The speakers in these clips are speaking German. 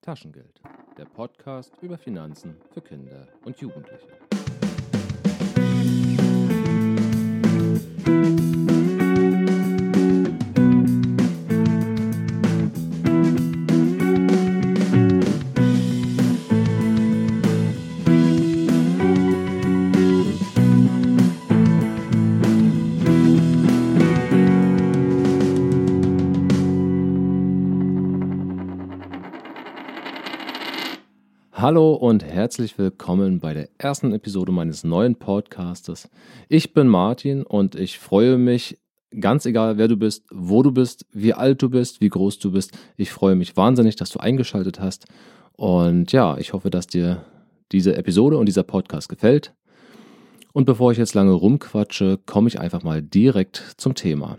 Taschengeld, der Podcast über Finanzen für Kinder und Jugendliche. Hallo und herzlich willkommen bei der ersten Episode meines neuen Podcastes. Ich bin Martin und ich freue mich, ganz egal wer du bist, wo du bist, wie alt du bist, wie groß du bist. Ich freue mich wahnsinnig, dass du eingeschaltet hast. Und ja, ich hoffe, dass dir diese Episode und dieser Podcast gefällt. Und bevor ich jetzt lange rumquatsche, komme ich einfach mal direkt zum Thema.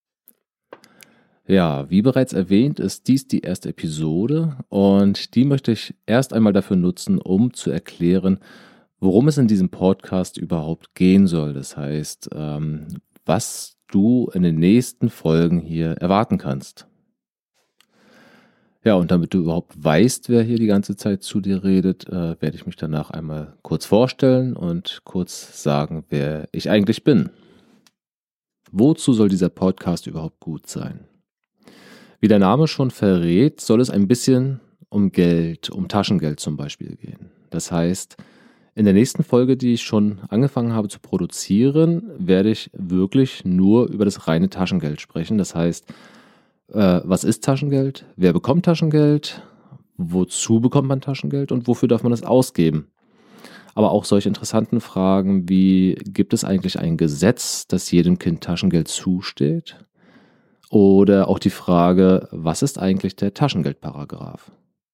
Ja, wie bereits erwähnt, ist dies die erste Episode und die möchte ich erst einmal dafür nutzen, um zu erklären, worum es in diesem Podcast überhaupt gehen soll. Das heißt, was du in den nächsten Folgen hier erwarten kannst. Ja, und damit du überhaupt weißt, wer hier die ganze Zeit zu dir redet, werde ich mich danach einmal kurz vorstellen und kurz sagen, wer ich eigentlich bin. Wozu soll dieser Podcast überhaupt gut sein? Wie der Name schon verrät, soll es ein bisschen um Geld, um Taschengeld zum Beispiel gehen. Das heißt, in der nächsten Folge, die ich schon angefangen habe zu produzieren, werde ich wirklich nur über das reine Taschengeld sprechen. Das heißt, was ist Taschengeld? Wer bekommt Taschengeld? Wozu bekommt man Taschengeld? Und wofür darf man es ausgeben? Aber auch solche interessanten Fragen wie, gibt es eigentlich ein Gesetz, das jedem Kind Taschengeld zusteht? Oder auch die Frage, was ist eigentlich der Taschengeldparagraph?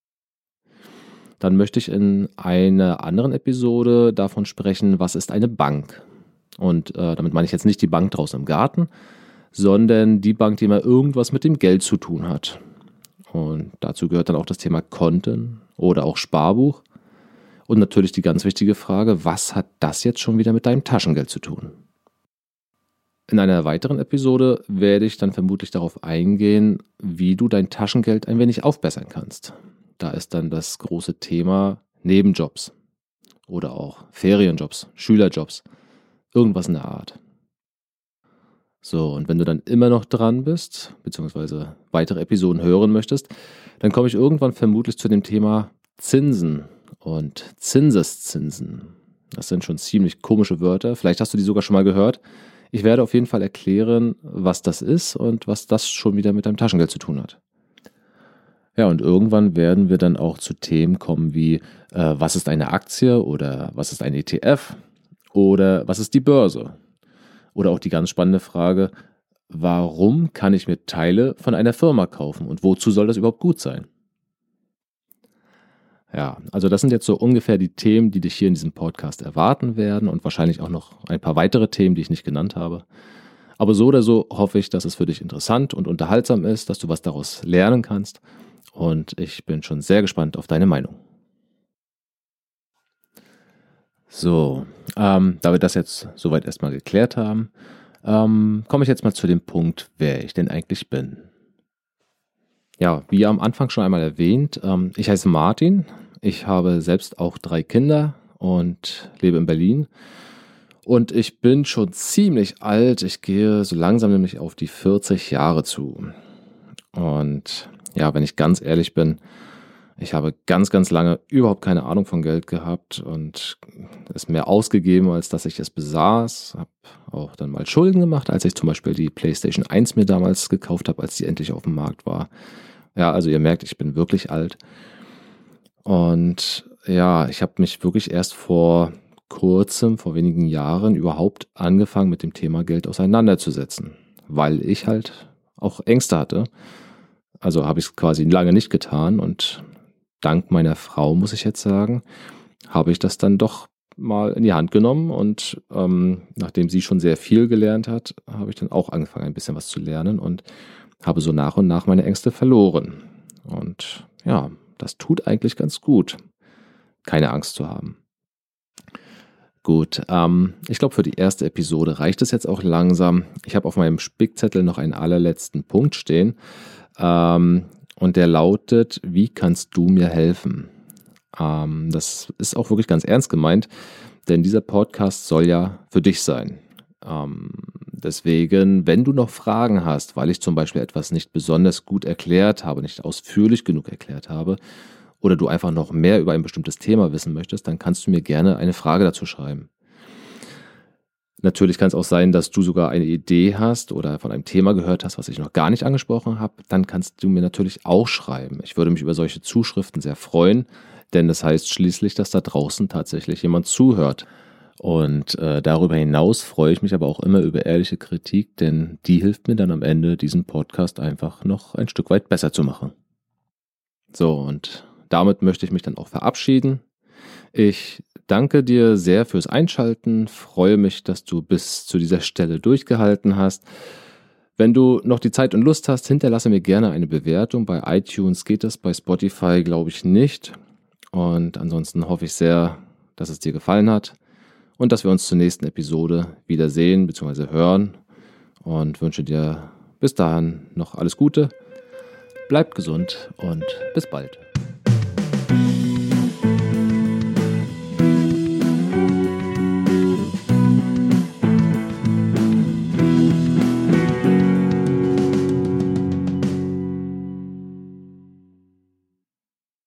Dann möchte ich in einer anderen Episode davon sprechen, was ist eine Bank? Und damit meine ich jetzt nicht die Bank draußen im Garten, sondern die Bank, die immer irgendwas mit dem Geld zu tun hat. Und dazu gehört dann auch das Thema Konten oder auch Sparbuch. Und natürlich die ganz wichtige Frage, was hat das jetzt schon wieder mit deinem Taschengeld zu tun? In einer weiteren Episode werde ich dann vermutlich darauf eingehen, wie du dein Taschengeld ein wenig aufbessern kannst. Da ist dann das große Thema Nebenjobs oder auch Ferienjobs, Schülerjobs, irgendwas in der Art. So, und wenn du dann immer noch dran bist, beziehungsweise weitere Episoden hören möchtest, dann komme ich irgendwann vermutlich zu dem Thema Zinsen und Zinseszinsen. Das sind schon ziemlich komische Wörter, vielleicht hast du die sogar schon mal gehört. Ich werde auf jeden Fall erklären, was das ist und was das schon wieder mit deinem Taschengeld zu tun hat. Ja, und irgendwann werden wir dann auch zu Themen kommen wie, was ist eine Aktie oder was ist ein ETF oder was ist die Börse? Oder auch die ganz spannende Frage, warum kann ich mir Teile von einer Firma kaufen und wozu soll das überhaupt gut sein? Ja, also das sind jetzt so ungefähr die Themen, die dich hier in diesem Podcast erwarten werden und wahrscheinlich auch noch ein paar weitere Themen, die ich nicht genannt habe. Aber so oder so hoffe ich, dass es für dich interessant und unterhaltsam ist, dass du was daraus lernen kannst und ich bin schon sehr gespannt auf deine Meinung. So, da wir das jetzt soweit erstmal geklärt haben, komme ich jetzt mal zu dem Punkt, wer ich denn eigentlich bin. Ja, wie am Anfang schon einmal erwähnt, ich heiße Martin, ich habe selbst auch 3 Kinder und lebe in Berlin und ich bin schon ziemlich alt, ich gehe so langsam nämlich auf die 40 Jahre zu und ja, wenn ich ganz ehrlich bin, ich habe ganz, ganz lange überhaupt keine Ahnung von Geld gehabt und es mehr ausgegeben, als dass ich es besaß. Habe auch dann mal Schulden gemacht, als ich zum Beispiel die PlayStation 1 mir damals gekauft habe, als die endlich auf dem Markt war. Ja, also ihr merkt, ich bin wirklich alt. Und ja, ich habe mich wirklich erst vor kurzem, vor wenigen Jahren überhaupt angefangen mit dem Thema Geld auseinanderzusetzen, weil ich halt auch Ängste hatte. Also habe ich es quasi lange nicht getan und dank meiner Frau, muss ich jetzt sagen, habe ich das dann doch mal in die Hand genommen und nachdem sie schon sehr viel gelernt hat, habe ich dann auch angefangen, ein bisschen was zu lernen und habe so nach und nach meine Ängste verloren. Und ja, das tut eigentlich ganz gut, keine Angst zu haben. Gut, ich glaube, für die erste Episode reicht es jetzt auch langsam. Ich habe auf meinem Spickzettel noch einen allerletzten Punkt stehen. Und der lautet: Wie kannst du mir helfen? Das ist auch wirklich ganz ernst gemeint, denn dieser Podcast soll ja für dich sein. Deswegen, wenn du noch Fragen hast, weil ich zum Beispiel etwas nicht besonders gut erklärt habe, nicht ausführlich genug erklärt habe, oder du einfach noch mehr über ein bestimmtes Thema wissen möchtest, dann kannst du mir gerne eine Frage dazu schreiben. Natürlich kann es auch sein, dass du sogar eine Idee hast oder von einem Thema gehört hast, was ich noch gar nicht angesprochen habe. Dann kannst du mir natürlich auch schreiben. Ich würde mich über solche Zuschriften sehr freuen, denn das heißt schließlich, dass da draußen tatsächlich jemand zuhört. Und darüber hinaus freue ich mich aber auch immer über ehrliche Kritik, denn die hilft mir dann am Ende, diesen Podcast einfach noch ein Stück weit besser zu machen. So, und damit möchte ich mich dann auch verabschieden. Ich danke dir sehr fürs Einschalten, freue mich, dass du bis zu dieser Stelle durchgehalten hast. Wenn du noch die Zeit und Lust hast, hinterlasse mir gerne eine Bewertung. Bei iTunes geht das, bei Spotify glaube ich nicht. Und ansonsten hoffe ich sehr, dass es dir gefallen hat und dass wir uns zur nächsten Episode wiedersehen bzw. hören und wünsche dir bis dahin noch alles Gute. Bleib gesund und bis bald.